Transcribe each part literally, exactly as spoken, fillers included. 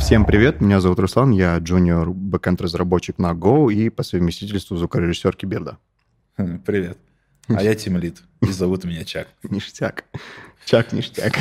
Всем привет, меня зовут Руслан, я джуниор бэкэнд-разработчик на Go и по совместительству звукорежиссер Киберда. Привет. А я тимлид, и зовут меня Чак. Ништяк. Чак ништяк.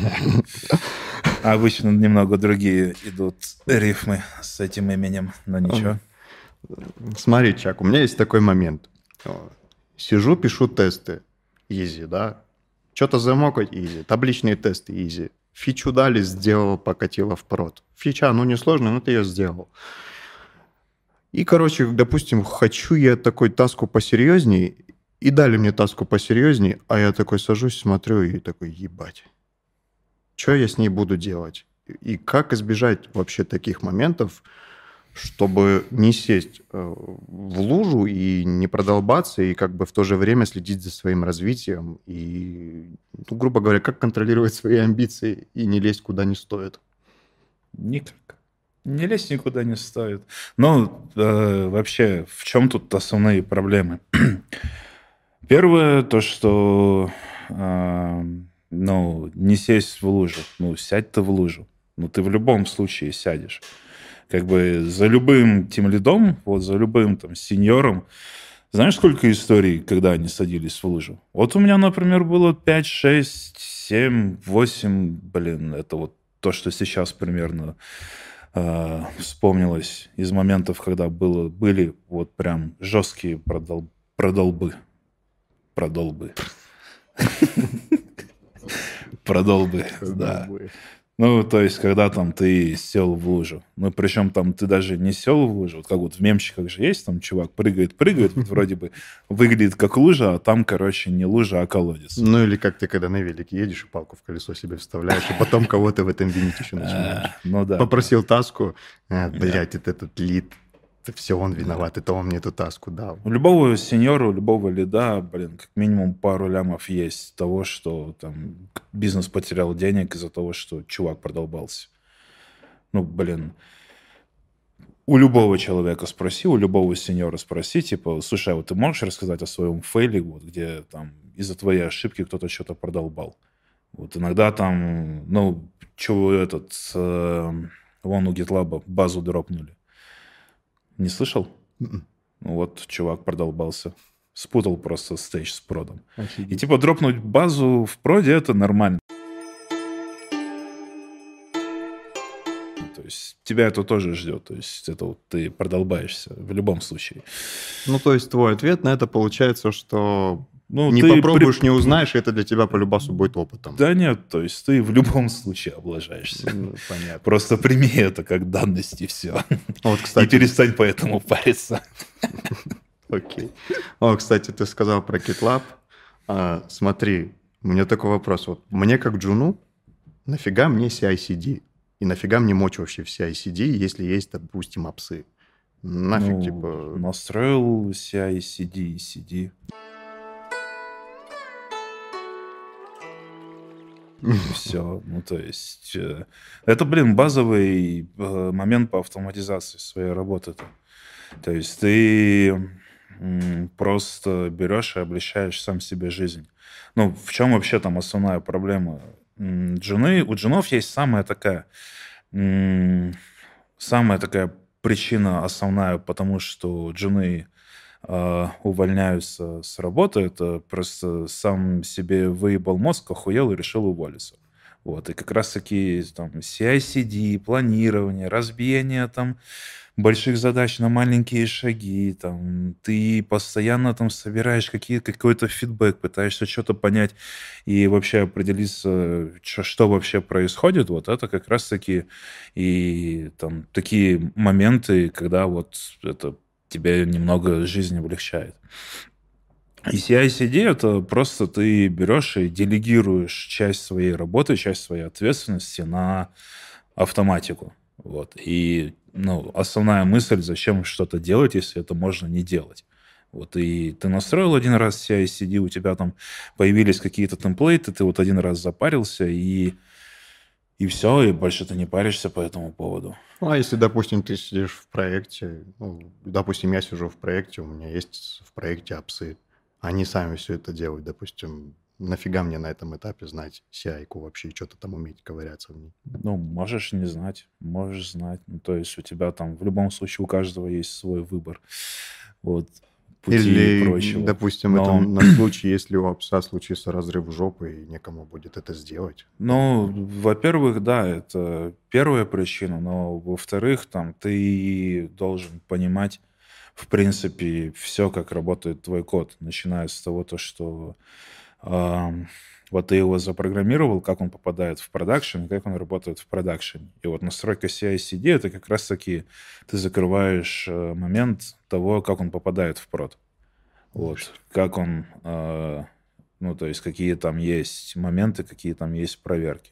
А обычно немного другие идут рифмы с этим именем, но ничего. Смотри, Чак, у меня есть такой момент. Сижу, пишу тесты. Изи, да? Что-то замокать изи. Табличные тесты изи. Фичу дали, сделал, покатила в прод. Фича, ну, несложная, но ты ее сделал. И, короче, допустим, хочу я такой таску посерьезней, и дали мне таску посерьезней, а я такой сажусь, смотрю и такой, ебать, что я с ней буду делать? И как избежать вообще таких моментов, чтобы не сесть в лужу и не продолбаться, и как бы в то же время следить за своим развитием, и, ну, грубо говоря, как контролировать свои амбиции и не лезть куда не стоит? Никак. Не лезть никуда не стоит. Ну, э, вообще, в чем тут основные проблемы? Первое, то, что э, ну, не сесть в лужу. Ну, сядь ты в лужу. Ну, ты в любом случае сядешь. Как бы за любым тимлидом, вот за любым там сеньором, знаешь, сколько историй, когда они садились в лужу? Вот у меня, например, было пять, шесть, семь, восемь, блин, это вот то, что сейчас примерно э, вспомнилось из моментов, когда было, были вот прям жесткие продол, продолбы. Продолбы. Продолбы, да. Ну, то есть, когда там ты сел в лужу. Ну, причем там ты даже не сел в лужу. Вот как вот в мемчиках же есть, там чувак прыгает, прыгает, вот вроде бы выглядит как лужа, а там, короче, не лужа, а колодец. Ну, или как ты, когда на велике едешь и палку в колесо себе вставляешь, и потом кого-то в этом винить еще начинаешь. Ну, да. Попросил таску, блядь, это этот лид. Все он виноват, это он мне эту таску дал. У любого сеньора, у любого лида, блин, как минимум пару лямов есть того, что там бизнес потерял денег из-за того, что чувак продолбался. Ну, блин, у любого человека спроси, у любого сеньора спроси, типа, слушай, а вот ты можешь рассказать о своем фейле, вот, где там из-за твоей ошибки кто-то что-то продолбал? Вот иногда там, ну, что этот, э, вон у GitLab базу дропнули. Не слышал? Mm-mm. Ну вот, чувак продолбался. Спутал просто стейдж с продом. Офигеть. И типа дропнуть базу в проде — это нормально. То есть тебя это тоже ждет. То есть это вот ты продолбаешься в любом случае. Ну, то есть твой ответ на это получается, что ну, не ты попробуешь, при... не узнаешь, и это для тебя по любасу будет опытом. Да нет, то есть ты в любом случае облажаешься. Ну, понятно. Просто прими это как данность и все. Вот, кстати... И перестань по этому париться. Окей. О, кстати, ты сказал про GitLab. А, смотри, у меня такой вопрос. Вот мне как джуну, нафига мне си ай си ди? И нафига мне мочь вообще в си ай си ди, если есть, допустим, апсы? Нафиг, ну, типа... Настроил си ай си ди и си ди. Все. Ну, то есть... Э, это, блин, базовый э, момент по автоматизации своей работы-то. То есть ты м, просто берешь и облегчаешь сам себе жизнь. Ну, в чем вообще там основная проблема? М, джуны, у джунов есть самая такая... М, самая такая причина основная, потому что джуны э, увольняются с работы, это просто сам себе выебал мозг, охуел и решил уволиться. Вот. И как раз-таки там си ай си ди, планирование, разбиение там больших задач на маленькие шаги, там, ты постоянно там собираешь какие, какой-то фидбэк, пытаешься что-то понять и вообще определиться, что, что вообще происходит, вот это как раз-таки и там такие моменты, когда вот это тебе немного жизнь облегчает. И си ай си ди — это просто ты берешь и делегируешь часть своей работы, часть своей ответственности на автоматику. Вот. И ну, основная мысль, зачем что-то делать, если это можно не делать. Вот. И ты настроил один раз си ай си ди, у тебя там появились какие-то темплейты, ты вот один раз запарился, и, и все, и больше ты не паришься по этому поводу. Ну, а если, допустим, ты сидишь в проекте, ну, допустим, я сижу в проекте, у меня есть в проекте апсы, они сами все это делают, допустим, нафига мне на этом этапе знать си ай-ку вообще, что-то там уметь ковыряться в ней? Ну, можешь не знать, можешь знать. Ну, то есть у тебя там в любом случае у каждого есть свой выбор. Вот, пути и Или, прочего. допустим, это Но, на случай, если у пса случится разрыв жопы, и некому будет это сделать. ну, во-первых, да, это первая причина, но во-вторых, там ты должен понимать, в принципе, все, как работает твой код, начиная с того, то, что ам, вот ты его запрограммировал, как он попадает в продакшн, и как он работает в продакшене. И вот настройка си ай/си ди — это как раз-таки ты закрываешь э, момент того, как он попадает в прод. Вот, как он, э, ну, то есть какие там есть моменты, какие там есть проверки.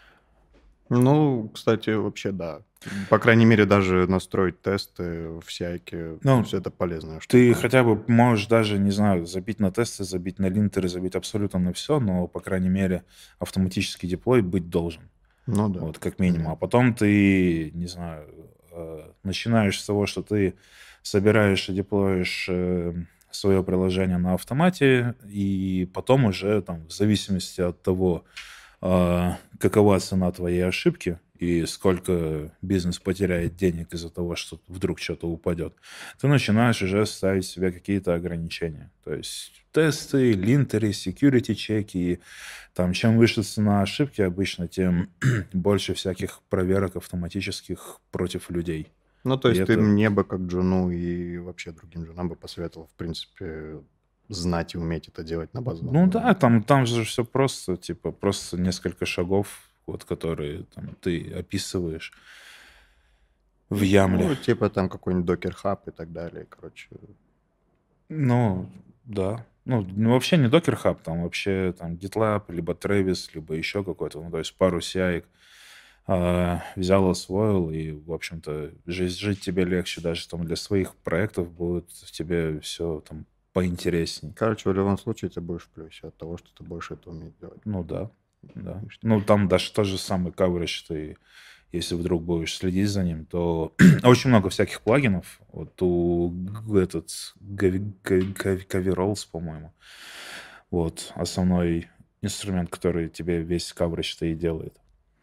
Ну, кстати, вообще да. По крайней мере, даже настроить тесты в си ай-ке, Ну, это полезная ты штука. хотя бы можешь даже, не знаю, забить на тесты, забить на линтеры, забить абсолютно на все, но, по крайней мере, автоматический деплой быть должен. Ну да, Вот, как минимум. А понятно. потом ты, не знаю, э, начинаешь с того, что ты собираешь и деплоишь свое приложение на автомате, и потом уже там в зависимости от того, а, какова цена твоей ошибки и сколько бизнес потеряет денег из-за того, что вдруг что-то упадет, ты начинаешь уже ставить себе какие-то ограничения. То есть тесты, линтеры, security чеки. Там, чем выше цена ошибки обычно, тем больше всяких проверок автоматических против людей. Ну, то И есть ты это, мне бы как джуну и вообще другим джунам бы посоветовал, в принципе, знать и уметь это делать на базовом ну да, уровне. там, там же все просто, типа, просто несколько шагов, вот, которые там, ты описываешь в Ямле. Ну, типа там какой-нибудь Docker Hub и так далее, короче. Ну, да. Ну, ну, вообще не Docker Hub, там вообще там GitLab, либо Travis, либо еще какой-то, ну, то есть пару си ай а, взял, освоил, и, в общем-то, жить, жить тебе легче, даже там для своих проектов будет тебе все там поинтересней. Короче, в любом случае ты будешь в плюсе от того, что ты будешь это уметь делать. Ну да, да. Ништяк. Ну, там даже тот же самый coverage, ты, если вдруг будешь следить за ним, то очень много всяких плагинов. Вот у г- этот Gavi- Gavi- Gavi- Gavi по-моему, вот основной инструмент, который тебе весь coverage-то и делает.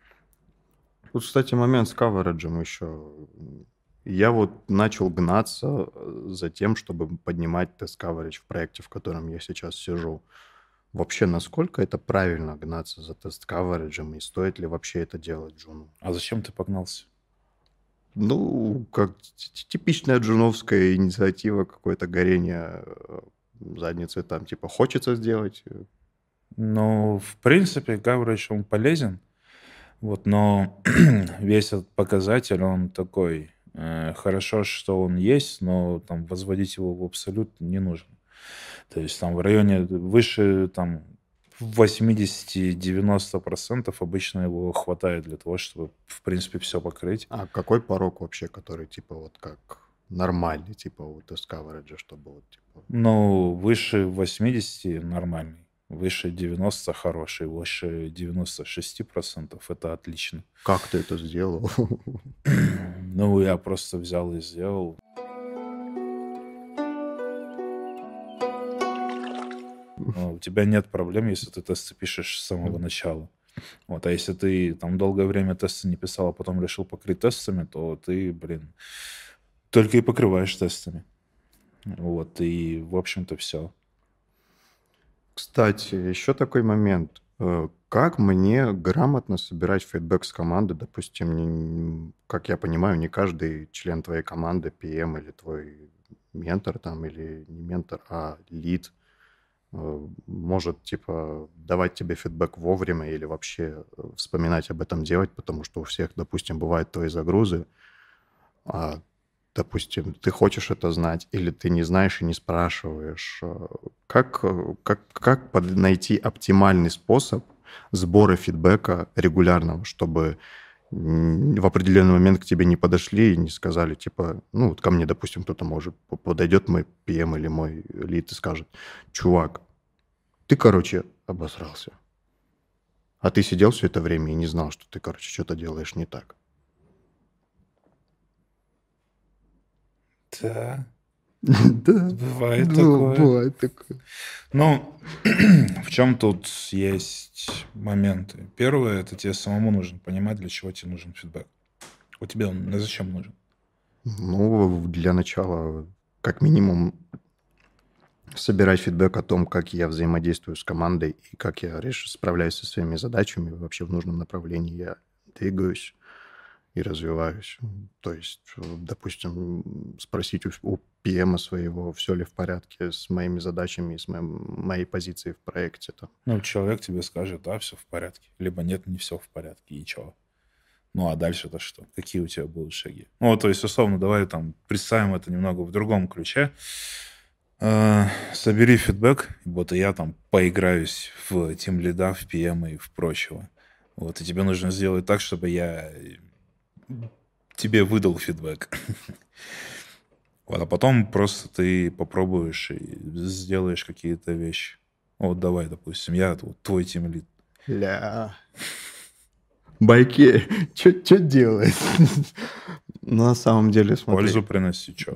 Тут, кстати, момент с кавериджем еще. Я вот начал гнаться э, за тем, чтобы поднимать тест coverage в проекте, в котором я сейчас сижу. Вообще, насколько это правильно гнаться за тест кавериджем, и стоит ли вообще это делать джуну? А зачем ты погнался? Ну, как т- т- типичная джуновская инициатива, какое-то горение э, задницы, там типа хочется сделать. э, Ну, в принципе, coverage, он полезен, вот, но весь этот показатель, он такой, э, хорошо, что он есть, но там возводить его в абсолют не нужно. То есть там в районе выше там восемьдесят-девяносто процентов обычно его хватает для того, чтобы, в принципе, все покрыть. А какой порог вообще, который типа вот как нормальный, типа у тест кавериджа, чтобы вот типа... Ну, выше восьмидесяти нормальный, выше девяноста хороший, выше девяноста шести процентов это отлично. Как ты это сделал? Ну, я просто взял и сделал. Ну, у тебя нет проблем, если ты тесты пишешь с самого начала. Вот, а если ты там долгое время тесты не писал, а потом решил покрыть тестами, то ты, блин, только и покрываешь тестами. Вот, и, в общем-то, все. Кстати, еще такой момент. Э, Как мне грамотно собирать фидбэк с команды? Допустим, не- как я понимаю, не каждый член твоей команды, пи эм или твой ментор там, или не ментор, а лид, э, может, типа, давать тебе фидбэк вовремя или вообще э, вспоминать об этом делать, потому что у всех, допустим, бывают твои загрузы, а, допустим, ты хочешь это знать или ты не знаешь и не спрашиваешь. э, Как, э, как, как под- найти оптимальный способ сбора фидбэка регулярного, чтобы м, в определенный момент к тебе не подошли и не сказали, типа, ну, вот ко мне, допустим, кто-то может, п- подойдет мой пи эм или мой лид и скажет, чувак, ты, короче, обосрался. А ты сидел все это время и не знал, что ты, короче, что-то делаешь не так. Да. Да, Бывает ну, такое. бывает такое. Ну, в чем тут есть моменты? Первое, это тебе самому нужно понимать, для чего тебе нужен фидбэк. У тебя он на зачем нужен? Ну, для начала, как минимум, собирать фидбэк о том, как я взаимодействую с командой и как я реш... справляюсь со своими задачами, вообще в нужном направлении я двигаюсь и развиваюсь. То есть, э, допустим, спросить у, у пи эм своего, все ли в порядке с моими задачами и с моим- моей позицией в проекте. Там. Ну, человек тебе скажет, да, все в порядке. Либо нет, не все в порядке, и чего? Ну, а дальше-то что? Какие у тебя будут шаги? Ну, то есть, условно, давай там представим это немного в другом ключе. Э, Собери фидбэк, вот и я там поиграюсь в тимлида, в пи эм и в прочего. Вот, и тебе нужно сделать так, чтобы я тебе выдал фидбэк. Вот, а потом просто ты попробуешь и сделаешь какие-то вещи. Вот давай, допустим, я вот твой тимлид. Ля. Байки, что делать? Ну, на самом деле, смотри. Пользу приноси, что?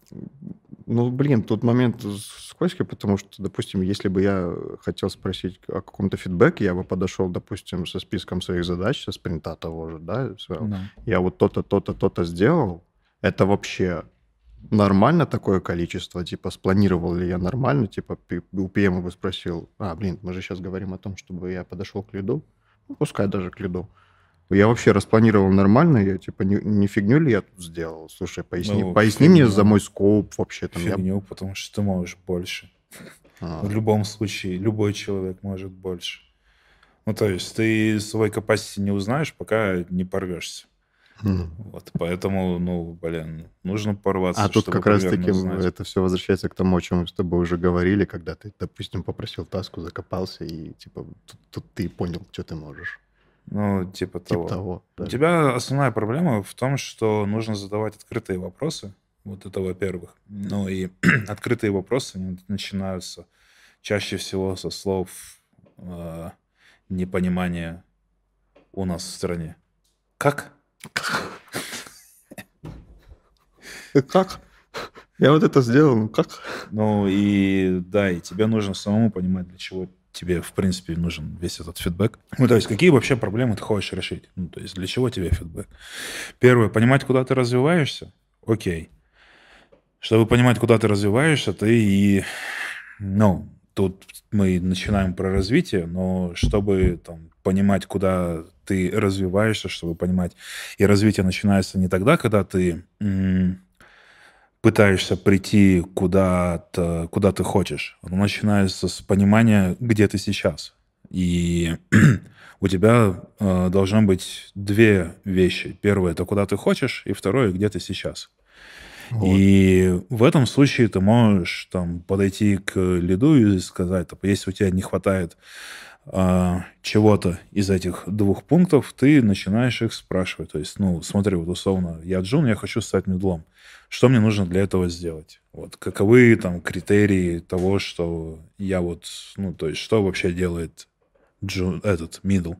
Ну, блин, тут момент скользкий, потому что, допустим, если бы я хотел спросить о каком-то фидбэке, я бы подошел, допустим, со списком своих задач, со спринта того же, да, сказал, Да. я вот то-то, то-то, то-то сделал, это вообще нормально такое количество, типа, спланировал ли я нормально, типа, пи- у пи эм бы спросил, а, блин, мы же сейчас говорим о том, чтобы я подошел к лиду, ну, пускай даже к лиду. Я вообще распланировал нормально, я типа не, не фигню ли я тут сделал? Слушай, поясни, Ну, поясни мне за фигню. мой скоп вообще там. Я... Фигню, потому что ты можешь больше. А, В любом случае, любой человек может больше. Ну, то есть ты свой capacity не узнаешь, пока не порвешься. м. Вот, поэтому, ну, блин, нужно порваться, А тут чтобы как раз примерно таки знать. это все возвращается к тому, о чем мы с тобой уже говорили, когда ты, допустим, попросил таску, закопался, и типа тут, тут ты понял, что ты можешь. Ну, типа Типа того. того. У Да. тебя основная проблема в том, что нужно задавать открытые вопросы. Вот это во-первых. Ну и открытые вопросы они начинаются чаще всего со слов э, непонимания у нас в стране. Как? Э, Как? Я вот это сделал, ну как? Ну и да, и тебе нужно самому понимать, для чего тебе, в принципе, нужен весь этот фидбэк. Ну, то есть, какие вообще проблемы ты хочешь решить? Ну, то есть, для чего тебе фидбэк? Первое, понимать, куда ты развиваешься. Окей. Чтобы понимать, куда ты развиваешься, ты и... Ну, тут мы начинаем про развитие, но чтобы там, понимать, куда ты развиваешься, чтобы понимать... И развитие начинается не тогда, когда ты... м, пытаешься прийти куда-то, куда ты хочешь. Оно начинается с понимания, где ты сейчас. И у тебя э, должно быть две вещи. Первое — это куда ты хочешь, и второе — где ты сейчас. Вот. И в этом случае ты можешь там подойти к лиду и сказать, типа, если у тебя не хватает а, чего-то из этих двух пунктов, ты начинаешь их спрашивать. То есть, ну, смотри, вот условно, я джун, я хочу стать медлом. Что мне нужно для этого сделать? Вот, каковы там критерии того, что я вот, ну, то есть, что вообще делает джун, этот, мидл?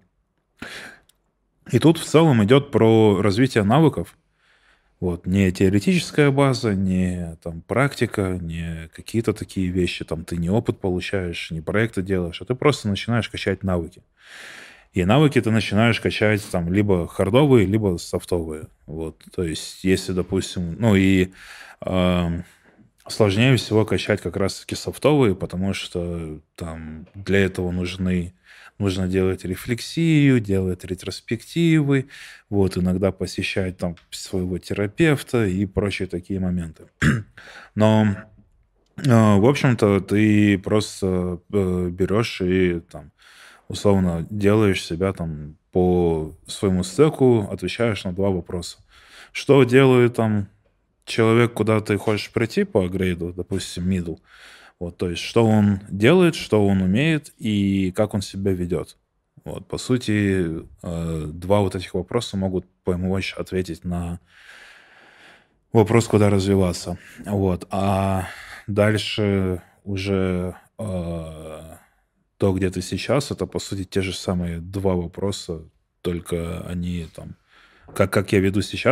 И тут в целом идет про развитие навыков. Вот, не теоретическая база, не там практика, не какие-то такие вещи, там ты не опыт получаешь, не проекты делаешь, а ты просто начинаешь качать навыки. И навыки ты начинаешь качать там либо хардовые, либо софтовые. Вот, то есть, если, допустим, ну и эм, сложнее всего качать как раз-таки софтовые, потому что там для этого нужны, нужно делать рефлексию, делать ретроспективы, вот, иногда посещать там своего терапевта и прочие такие моменты. Но, э, в общем-то, ты просто э, берешь и там условно делаешь себя там по своему стеку, отвечаешь на два вопроса. Что делает там человек, куда ты хочешь прийти по грейду, допустим, middle, вот, то есть что он делает, что он умеет и как он себя ведет. Вот, по сути, э, два вот этих вопроса могут помочь ответить на вопрос, куда развиваться. Вот, а дальше уже э, то, где ты сейчас, это, по сути, те же самые два вопроса, только они там... Как, как я веду сейчас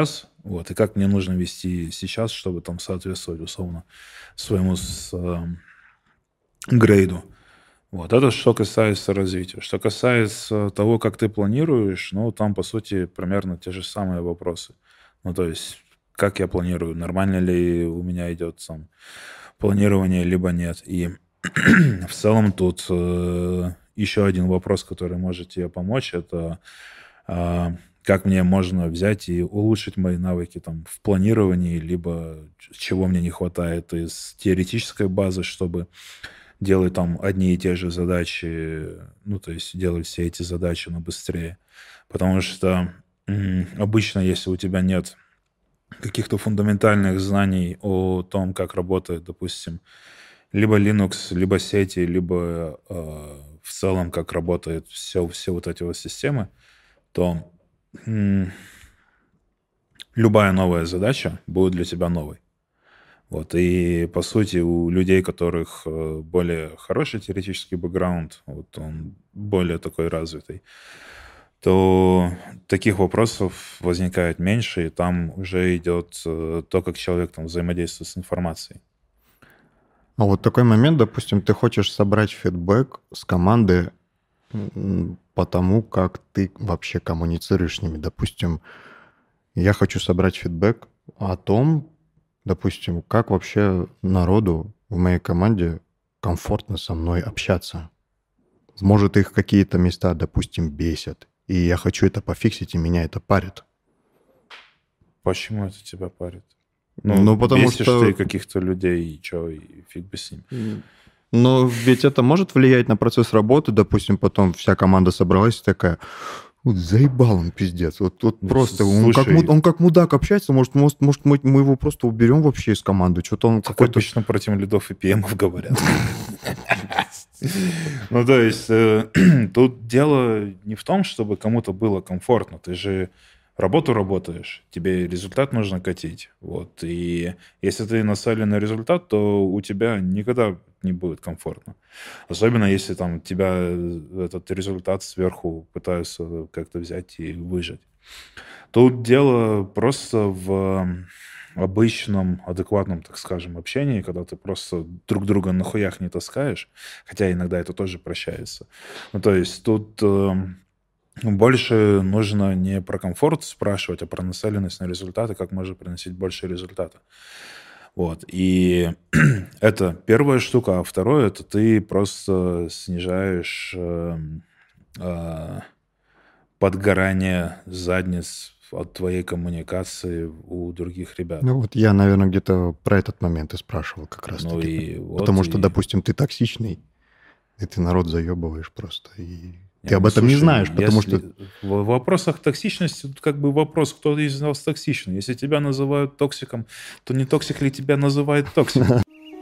Вот, и как мне нужно вести сейчас, чтобы там соответствовать, условно, своему с, э, грейду. Вот, это что касается развития. Что касается того, как ты планируешь, ну, там, по сути, примерно те же самые вопросы. Ну, то есть, как я планирую, нормально ли у меня идет там планирование, либо нет. И в целом тут э, еще один вопрос, который может тебе помочь, это э, как мне можно взять и улучшить мои навыки там в планировании, либо чего мне не хватает из теоретической базы, чтобы делать там одни и те же задачи, ну, то есть делать все эти задачи, но быстрее. Потому что м, обычно, если у тебя нет каких-то фундаментальных знаний о том, как работает, допустим, либо Linux, либо сети, либо э, в целом, как работает все, все вот эти вот системы, то м, любая новая задача будет для тебя новой. Вот, и, по сути, у людей, у которых э, более хороший теоретический бэкграунд, вот он более такой развитый, то таких вопросов возникает меньше, и там уже идет э, то, как человек там взаимодействует с информацией. А вот такой момент, допустим, ты хочешь собрать фидбэк с команды м, по тому, как ты вообще коммуницируешь с ними. Допустим, я хочу собрать фидбэк о том, допустим, как вообще народу в моей команде комфортно со мной общаться. Может, их какие-то места, допустим, бесят, и я хочу это пофиксить, и меня это парит. Почему это тебя парит? Ну, Ну, потому бесишь что... ты каких-то людей, и что, и фиг бы с ним. Но ведь это может влиять на процесс работы, допустим, потом вся команда собралась и такая, вот заебал он, пиздец, вот, вот Ну, просто, он слушай- как, му- он как мудак общается, может, может, может мы, мы его просто уберем вообще из команды, что-то он Так какой-то... обычно против лидов и пи эмов говорят. Ну, то есть, э, тут дело не в том, чтобы кому-то было комфортно. Ты же работу работаешь, тебе результат нужно катить. Вот. И если ты нацелен на результат, то у тебя никогда не будет комфортно. Особенно если там тебя э, этот результат сверху пытаются как-то взять и выжать. Тут дело просто в обычном, адекватном, так скажем, общении, когда ты просто друг друга на хуях не таскаешь, хотя иногда это тоже прощается. Ну, то есть тут э, больше нужно не про комфорт спрашивать, а про нацеленность на результаты, как можно приносить больше результата. Вот. И это первая штука, а второе, это ты просто снижаешь э, э, подгорание задниц от твоей коммуникации у других ребят. Ну вот я, наверное, где-то про этот момент и спрашивал как раз Ну таки. и вот, Потому что, и- допустим, ты токсичный, и ты народ заебываешь просто, и Не, ты об ну, этом не слушай, знаешь, потому если что... В вопросах токсичности тут как бы вопрос, кто из нас токсичный. Если тебя называют токсиком, то не токсик ли тебя называет токсиком?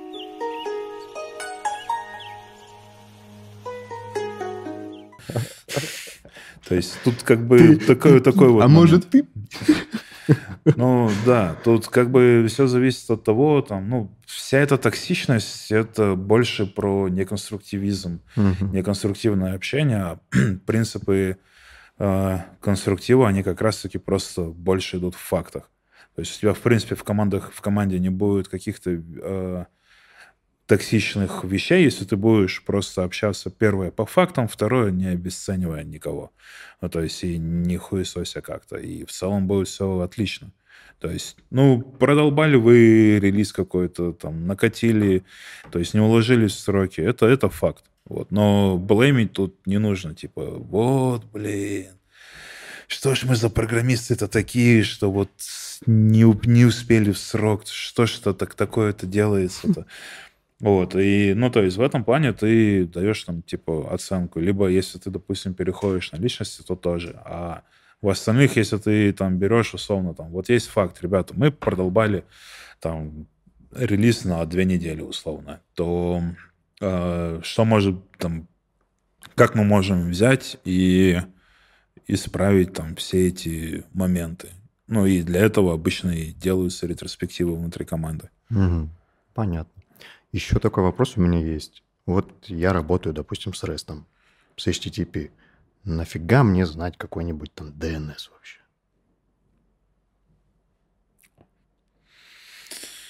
То есть тут как бы такой, такой вот А момент. может, ты... Ну да, тут как бы все зависит от того, там, ну, вся эта токсичность, это больше про неконструктивизм, Мгм. неконструктивное общение, а принципы э, конструктива, они как раз-таки просто больше идут в фактах. То есть у тебя, в принципе, в командах, в команде не будет каких-то э, токсичных вещей, если ты будешь просто общаться, первое, по фактам, второе, не обесценивая никого. Ну, то есть и не хуесося как-то. И в целом будет все отлично. То есть, ну, продолбали вы релиз какой-то, там, накатили, то есть не уложились в сроки. Это, это факт. Вот. Но блеймить тут не нужно. Типа, вот, блин, что ж мы за программисты-то такие, что вот не, у- не успели в срок, что ж это так такое-то делается-то. Вот, и, ну, то есть в этом плане ты даешь там, типа, оценку. Либо если ты, допустим, переходишь на личности, то тоже. А в остальных, если ты там берешь, условно, там, вот есть факт, ребята, мы продолбали там релиз на две недели, условно, то э, что может там, как мы можем взять и исправить там все эти моменты? Ну, и для этого обычно и делаются ретроспективы внутри команды. Мгм. Понятно. Еще такой вопрос у меня есть. Вот я работаю, допустим, с рестом, с эйч ти ти пи. Нафига мне знать какой-нибудь там ди эн эс вообще?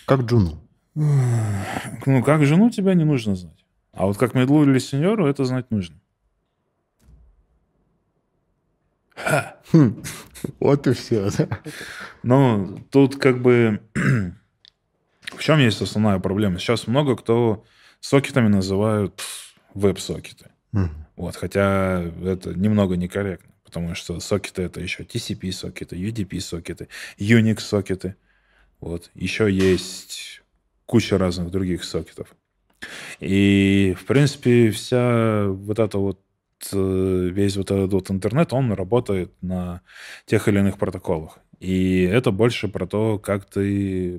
Как джуну. Ну, как жену тебя не нужно знать. А вот как медлу или сеньору это знать нужно. Ха. Хм. Вот и все. Ну, тут как бы... В чем есть основная проблема? Сейчас много кто сокетами называют веб-сокеты. Mm. Вот, хотя это немного некорректно, потому что сокеты — это еще ти си пи-сокеты, ю ди пи-сокеты, Unix-сокеты. Вот. Еще есть куча разных других сокетов. И, в принципе, вся вот эта вот весь вот этот вот интернет, он работает на тех или иных протоколах. И это больше про то, как ты,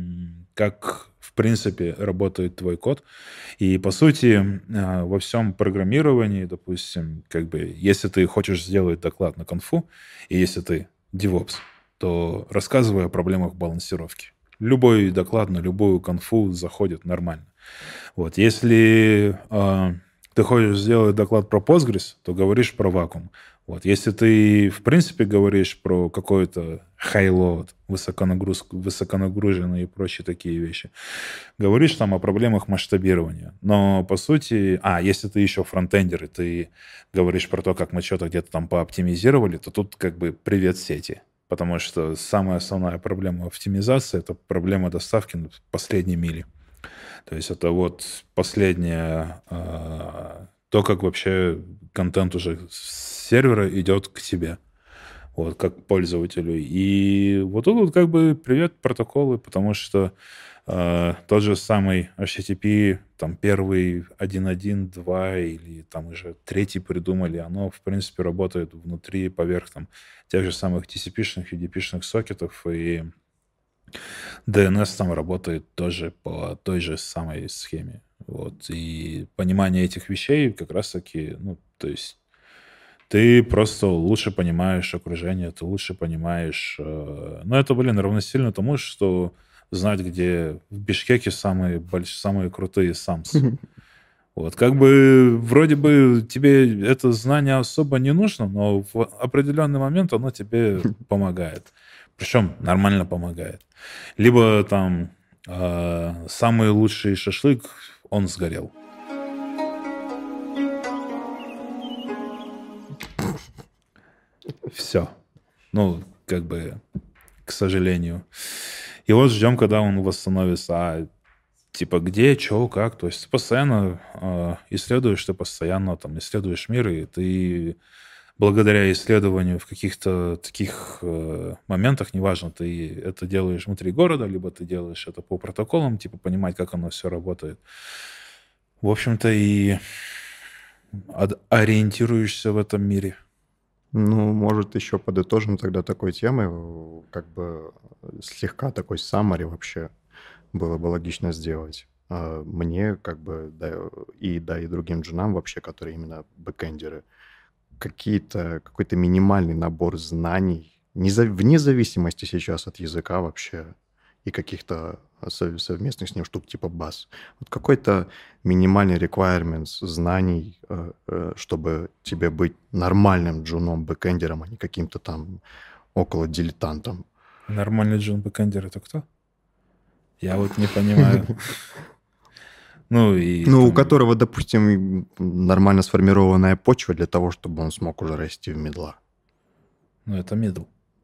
как в принципе работает твой код. И по сути во всем программировании, допустим, как бы, если ты хочешь сделать доклад на конфу, и если ты DevOps, то рассказывай о проблемах балансировки. Любой доклад на любую конфу заходит нормально. Вот, если э, ты хочешь сделать доклад про Postgres, то говоришь про вакуум. Вот, если ты, в принципе, говоришь про какой-то high-load, высоконагруз... высоконагруженные и прочие такие вещи, говоришь там о проблемах масштабирования. Но, по сути... А, если ты еще фронтендер, и ты говоришь про то, как мы что-то где-то там пооптимизировали, то тут как бы привет сети. Потому что самая основная проблема оптимизации — это проблема доставки на последней мили. То есть это вот последнее, э, то, как вообще контент уже с сервера идет к тебе, вот, как пользователю. И вот тут вот как бы привет протоколы, потому что э, тот же самый эйч ти ти пи, там первый один точка один, два или там уже третий придумали, оно, в принципе, работает внутри, поверх там тех же самых ти си пи-шных, ю ди пи-шных сокетов, и ди эн эс там работает тоже по той же самой схеме. Вот. И понимание этих вещей как раз-таки, ну, то есть ты просто лучше понимаешь окружение, ты лучше понимаешь... Э, ну, это, блин, равносильно тому, что знать, где в Бишкеке самые, больш... самые крутые самсы. Вот, как бы, вроде бы тебе это знание особо не нужно, но в определенный момент оно тебе помогает. Причем нормально помогает. Либо там э, самый лучший шашлык, он сгорел. Все. Ну, как бы, к сожалению. И вот ждем, когда он восстановится. А типа где, что, как. То есть ты постоянно э, исследуешь, ты постоянно там исследуешь мир, и ты благодаря исследованию в каких-то таких э, моментах, неважно, ты это делаешь внутри города, либо ты делаешь это по протоколам, типа понимать, как оно все работает. В общем-то, и ориентируешься в этом мире. Ну, может, еще подытожим тогда такой темой, как бы слегка такой саммари вообще было бы логично сделать. Мне, как бы, да, и да, и другим джунам вообще, которые именно бэкэндеры, какие-то, какой-то минимальный набор знаний, вне зависимости сейчас от языка вообще и каких-то совместных с ним штук типа баз. Вот какой-то минимальный requirements знаний, чтобы тебе быть нормальным джуном, бэкэндером, а не каким-то там около дилетантом. Нормальный джун бэкэндер — это кто? Я вот не понимаю. Ну, и ну там... у которого, допустим, нормально сформированная почва для того, чтобы он смог уже расти в мидла. Ну, это мидл.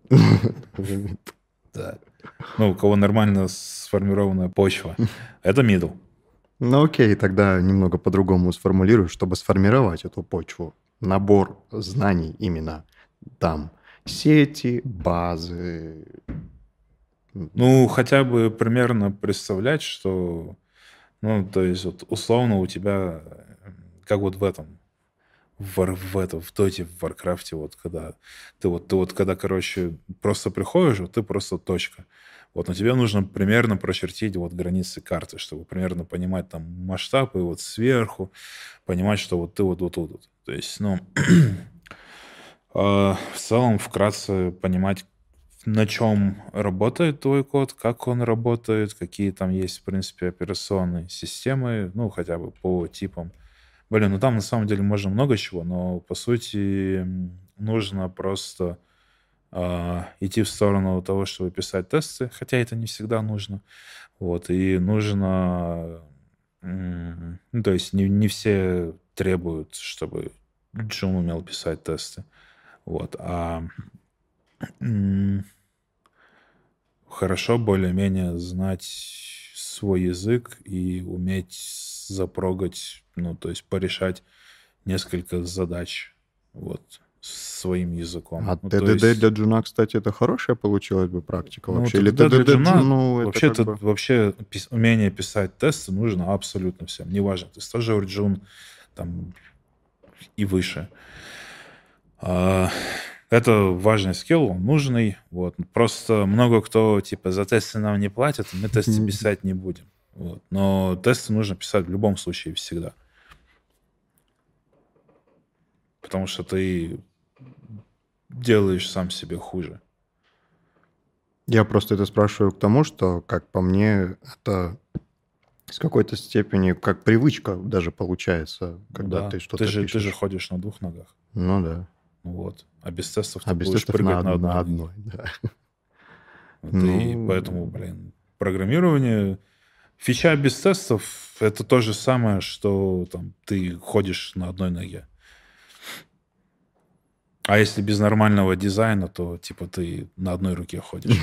Да. Ну, у кого нормально сформированная почва, это мидл. Ну, окей, тогда немного по-другому сформулирую, чтобы сформировать эту почву. Набор знаний именно там. Сети, базы. Ну, хотя бы примерно представлять, что... Ну, то есть, вот, условно, у тебя, как вот в этом, в, в, этом, в доте, в Варкрафте, вот, когда ты вот, ты вот, когда, короче, просто приходишь, вот ты просто точка. Вот, но тебе нужно примерно прочертить вот границы карты, чтобы примерно понимать там масштаб, и вот сверху понимать, что вот ты вот вот тут. Вот. То есть, ну, в целом, вкратце понимать, на чем работает твой код, как он работает, какие там есть, в принципе, операционные системы, ну, хотя бы по типам. Блин, ну там на самом деле можно много чего, но, по сути, нужно просто э, идти в сторону того, чтобы писать тесты, хотя это не всегда нужно. Вот, и нужно... м, Ну, то есть не, не все требуют, чтобы Джун умел писать тесты. Вот, а м, хорошо более-менее знать свой язык и уметь запрогать, ну, то есть порешать несколько задач вот своим языком. А Ну, то ТДД есть, для джуна, кстати, это хорошая получилась бы практика ну, вообще? Или ТДД для ТДД джуна, джуну это вообще, как это, бы... вообще пис- умение писать тесты нужно абсолютно всем. Неважно, ты стажер, джун, там, и выше. А, Это важный скилл, он нужный. Вот. Просто много кто, типа, за тесты нам не платят, мы тесты писать не будем. Вот. Но тесты нужно писать в любом случае всегда. Потому что ты делаешь сам себе хуже. Я просто это спрашиваю к тому, что, как по мне, это с какой-то степени как привычка даже получается, когда Да. ты Ты что-то же, ты же пишешь. ходишь на двух ногах. Ну да. Вот. А без тестов А ты без будешь тестов на, прыгать на од- на одной ноге. одной, да. Вот. И Ну, поэтому, блин, программирование... Фича без тестов — это то же самое, что там, ты ходишь на одной ноге. А если без нормального дизайна, то типа ты на одной руке ходишь.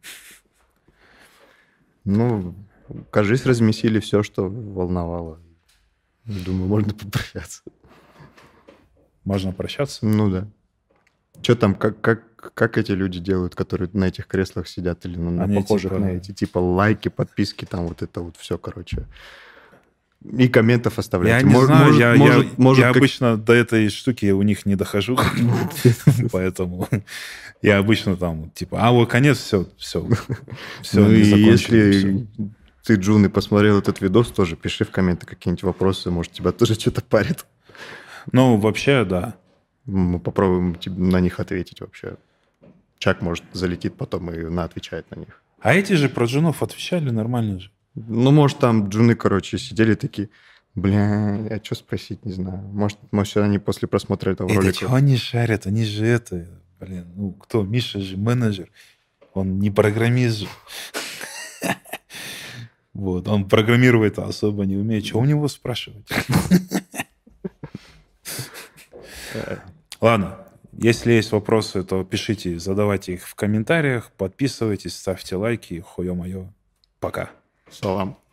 ну, кажись, размесили все, что волновало. Думаю, можно попрощаться. Можно прощаться. Ну да. Что там, как, как, как эти люди делают, которые на этих креслах сидят или на, на Они похожих типа- на эти, типа лайки, подписки, там вот это вот все, короче. И комментов Я оставляйте. не Мож- знаю, может, я, может, я, может, я как- обычно до этой штуки у них не дохожу, поэтому я обычно там, типа, а вот конец, все, все, все, Ну не и закончили, всё. если ты, Джун, и посмотрел этот видос, тоже пиши в комменты какие-нибудь вопросы, может, тебя тоже что-то парит. Ну, вообще, да. Мы попробуем тебе на них ответить вообще. Чак, может, залетит потом и на отвечает на них. А эти же про джунов отвечали нормально же. Ну, может, там джуны, короче, сидели такие, бля, а что спросить, не знаю. Может, может, они после просмотра этого Это ролика... чего они шарят? Они же это, блин, ну кто? Миша же менеджер. Он не программист же. Вот, он программировать особо не умеет. Чего у него спрашивать? Ладно, если есть вопросы, то пишите, задавайте их в комментариях, подписывайтесь, ставьте лайки. Хуё-моё. Пока. Салам.